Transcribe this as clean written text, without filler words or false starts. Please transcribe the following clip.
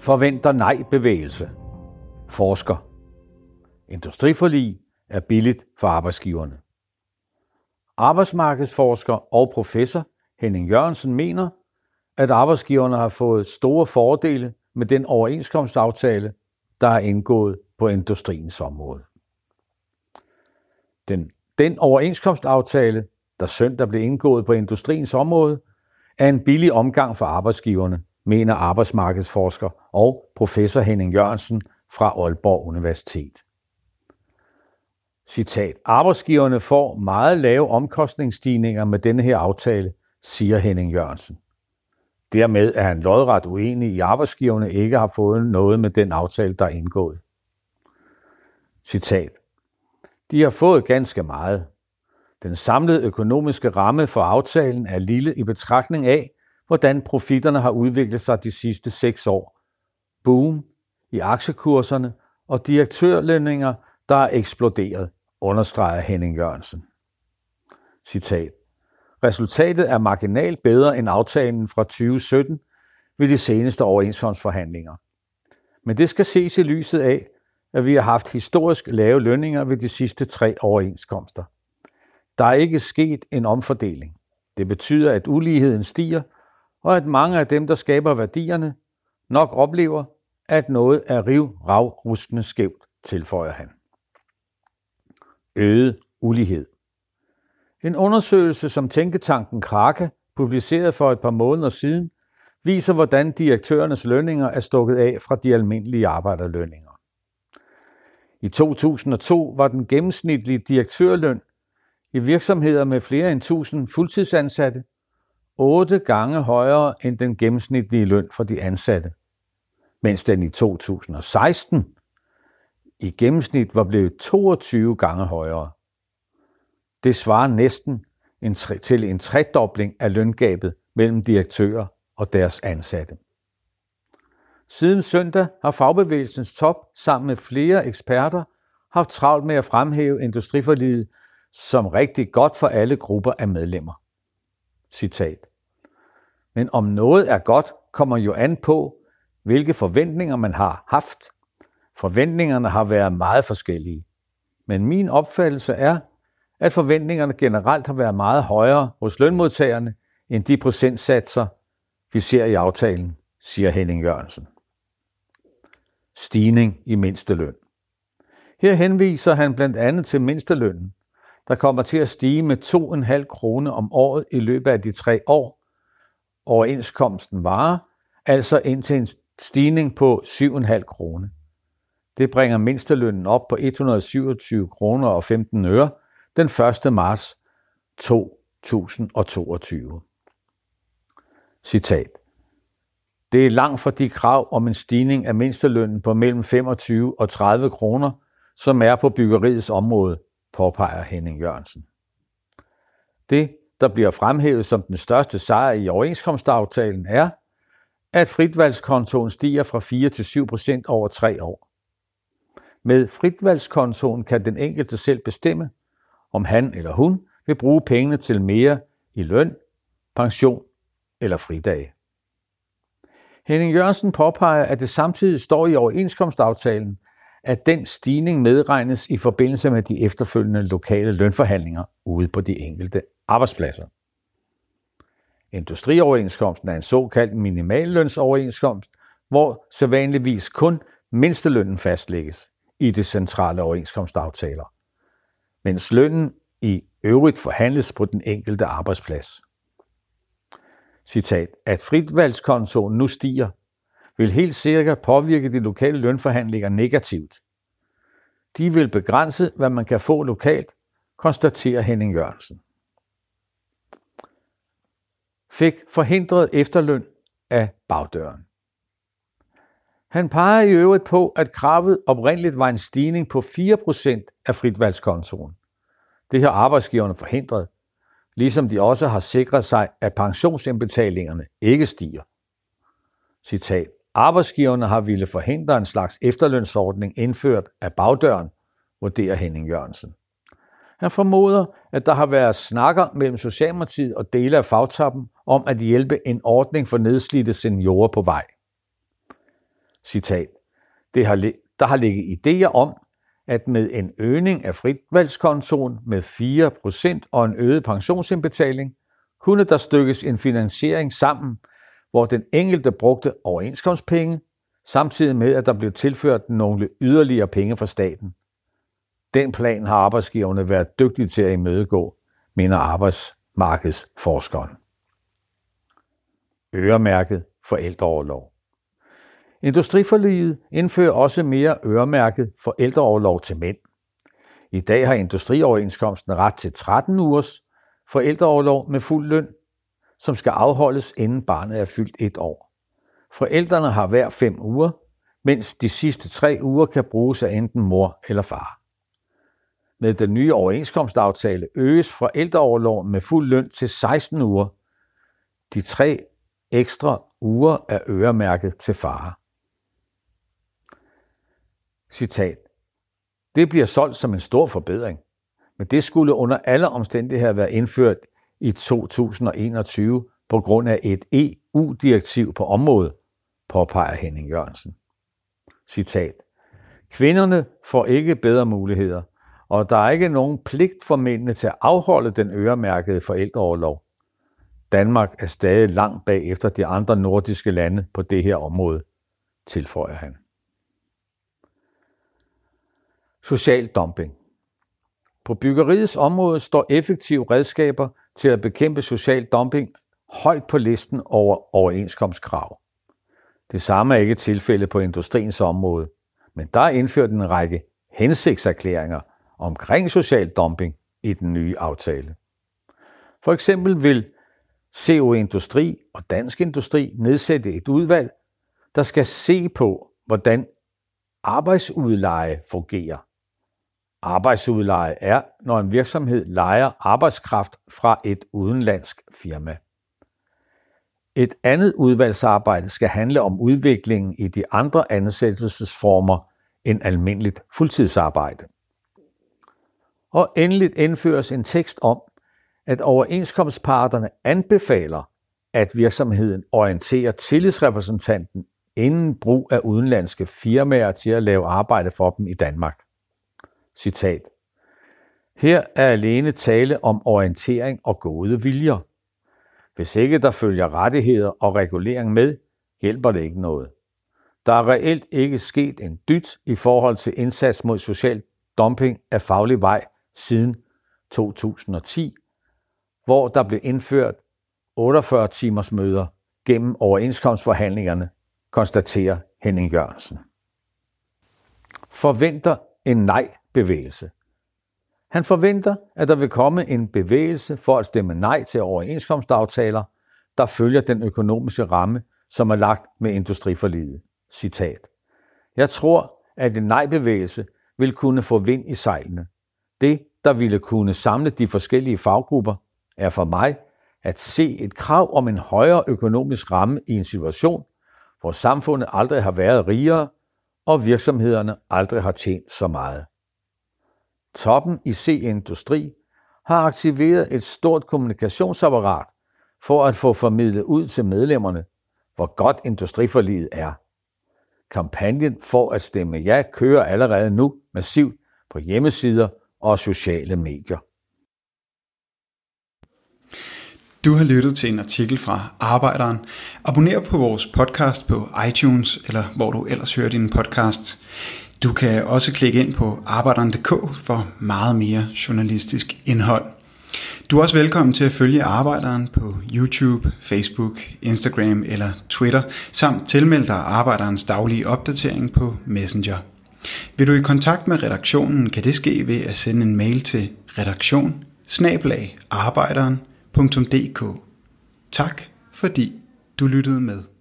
Forventer nej-bevægelse. Forsker. Industriforlig er billigt for arbejdsgiverne. Arbejdsmarkedsforsker og professor Henning Jørgensen mener, at arbejdsgiverne har fået store fordele med den overenskomstaftale, der er indgået på industriens område. Den overenskomstaftale, der søndag blev indgået på industriens område, er en billig omgang for arbejdsgiverne, mener arbejdsmarkedsforsker og professor Henning Jørgensen fra Aalborg Universitet. Citat: arbejdsgiverne får meget lave omkostningsstigninger med denne her aftale, siger Henning Jørgensen. Dermed er han lodret uenig i, at arbejdsgiverne ikke har fået noget med den aftale, der er indgået. Citat: de har fået ganske meget. Den samlede økonomiske ramme for aftalen er lille i betragtning af, hvordan profitterne har udviklet sig de sidste 6 år. Boom i aktiekurserne og direktørlønninger, der er eksploderet, understreger Henning Jørgensen. Citat: resultatet er marginalt bedre end aftalen fra 2017 ved de seneste overenskomstforhandlinger. Men det skal ses i lyset af, at vi har haft historisk lave lønninger ved de sidste 3 overenskomster. Der er ikke sket en omfordeling. Det betyder, at uligheden stiger, og at mange af dem, der skaber værdierne, nok oplever, at noget er riv-rav-rustende skævt, tilføjer han. Øget ulighed. En undersøgelse, som tænketanken Kraka publicerede for et par måneder siden, viser, hvordan direktørernes lønninger er stukket af fra de almindelige arbejderlønninger. I 2002 var den gennemsnitlige direktørløn i virksomheder med flere end 1000 fuldtidsansatte 8 gange højere end den gennemsnitlige løn for de ansatte, mens den i 2016 i gennemsnit var blevet 22 gange højere. Det svarer næsten til en tredobling af løngabet mellem direktører og deres ansatte. Siden søndag har fagbevægelsens top sammen med flere eksperter haft travlt med at fremhæve industriforliget som rigtig godt for alle grupper af medlemmer. Citat: men om noget er godt, kommer jo an på, hvilke forventninger man har haft. Forventningerne har været meget forskellige. Men min opfattelse er, at forventningerne generelt har været meget højere hos lønmodtagerne end de procentsatser, vi ser i aftalen, siger Henning Jørgensen. Stigning i mindsteløn. Her henviser han blandt andet til mindstelønnen, der kommer til at stige med 2,5 kroner om året i løbet af de 3 år. Overenskomsten varer, altså indtil en stigning på 7,5 kroner. Det bringer mindstelønnen op på 127 kroner og 15 øre den 1. marts 2022. Citat: det er langt fra de krav om en stigning af mindstelønnen på mellem 25 og 30 kroner, som er på byggeriets område, påpeger Henning Jørgensen. Det, der bliver fremhævet som den største sejr i overenskomstaftalen, er, at fritvalgskontoen stiger fra 4 til 7% over 3 år. Med fritvalgskontoen kan den enkelte selv bestemme, om han eller hun vil bruge pengene til mere i løn, pension eller fridage. Henning Jørgensen påpeger, at det samtidig står i overenskomstaftalen, at den stigning medregnes i forbindelse med de efterfølgende lokale lønforhandlinger ude på de enkelte arbejdspladser. Industrioverenskomsten er en såkaldt minimallønsoverenskomst, hvor sædvanligvis kun mindstelønnen fastlægges i de centrale overenskomstaftaler, mens lønnen i øvrigt forhandles på den enkelte arbejdsplads. Citat: at fritvalgskontoen nu stiger, vil helt sikkert påvirke de lokale lønforhandlinger negativt. De vil begrænse, hvad man kan få lokalt, konstaterer Henning Jørgensen. Fik forhindret efterløn af bagdøren. Han peger i øvrigt på, at kravet oprindeligt var en stigning på 4% af fritvalgskontoen. Det har arbejdsgiverne forhindret, ligesom de også har sikret sig, at pensionsindbetalingerne ikke stiger. Citat: arbejdsgiverne har ville forhindre en slags efterlønsordning indført af bagdøren, vurderer Henning Jørgensen. Han formoder, at der har været snakker mellem Socialdemokratiet og dele af fagtoppen om at hjælpe en ordning for nedslidte seniorer på vej. Citat. Der har ligget idéer om, at med en øgning af fritvalgskontoen med 4% og en øget pensionsindbetaling, kunne der stykkes en finansiering sammen, hvor den enkelte brugte overenskomstpenge, samtidig med, at der blev tilført nogle yderligere penge fra staten. Den plan har arbejdsgiverne været dygtige til at imødegå, mener arbejdsmarkedsforskeren. Øremærket forældreorlov. Industriforliget indfører også mere øremærket forældreorlov til mænd. I dag har industrioverenskomsten ret til 13 ugers forældreorlov med fuld løn, som skal afholdes inden barnet er fyldt 1 år. Forældrene har hver 5 uger, mens de sidste 3 uger kan bruges af enten mor eller far. Med den nye overenskomstaftale øges forældreorloven med fuld løn til 16 uger. De 3 ekstra uger er øremærket til far. Citat. Det bliver solgt som en stor forbedring, men det skulle under alle omstændigheder være indført i 2021 på grund af et EU-direktiv på området, påpeger Henning Jørgensen. Citat. Kvinderne får ikke bedre muligheder, og der er ikke nogen pligt for mændene til at afholde den øremærkede forældreorlov. Danmark er stadig langt bagefter de andre nordiske lande på det her område, tilføjer han. Social dumping. På byggeriets område står effektive redskaber til at bekæmpe social dumping højt på listen over overenskomstkrav. Det samme er ikke tilfældet på industriens område, men der er indført en række hensigtserklæringer omkring social dumping i den nye aftale. For eksempel vil CO Industri og Dansk Industri nedsætte et udvalg, der skal se på, hvordan arbejdsudleje fungerer. Arbejdsudleje er, når en virksomhed lejer arbejdskraft fra et udenlandsk firma. Et andet udvalgsarbejde skal handle om udviklingen i de andre ansættelsesformer end almindeligt fuldtidsarbejde. Og endeligt indføres en tekst om, at overenskomstparterne anbefaler, at virksomheden orienterer tillidsrepræsentanten inden brug af udenlandske firmaer til at lave arbejde for dem i Danmark. Citat. Her er alene tale om orientering og gode viljer. Hvis ikke der følger rettigheder og regulering med, hjælper det ikke noget. Der er reelt ikke sket en dyt i forhold til indsats mod social dumping af faglig vej siden 2010, hvor der blev indført 48 timers møder gennem overenskomstforhandlingerne, konstaterer Henning Jørgensen. Forventer en nej-bevægelse. Han forventer, at der vil komme en bevægelse for at stemme nej til overenskomstaftaler, der følger den økonomiske ramme, som er lagt med industriforliget. Citat. Jeg tror, at en nej-bevægelse vil kunne få vind i sejlene. Det, der ville kunne samle de forskellige faggrupper, er for mig at se et krav om en højere økonomisk ramme i en situation, hvor samfundet aldrig har været rigere, og virksomhederne aldrig har tjent så meget. Toppen i C-industri har aktiveret et stort kommunikationsapparat for at få formidlet ud til medlemmerne, hvor godt industriforliget er. Kampagnen for at stemme ja kører allerede nu massivt på hjemmesider og sociale medier. Du har lyttet til en artikel fra Arbejderen. Abonner på vores podcast på iTunes, eller hvor du ellers hører din podcast. Du kan også klikke ind på arbejderen.dk for meget mere journalistisk indhold. Du er også velkommen til at følge Arbejderen på YouTube, Facebook, Instagram eller Twitter, samt tilmelde dig Arbejderens daglige opdatering på Messenger. Vil du i kontakt med redaktionen, kan det ske ved at sende en mail til redaktion@arbejderen.dk. Tak fordi du lyttede med.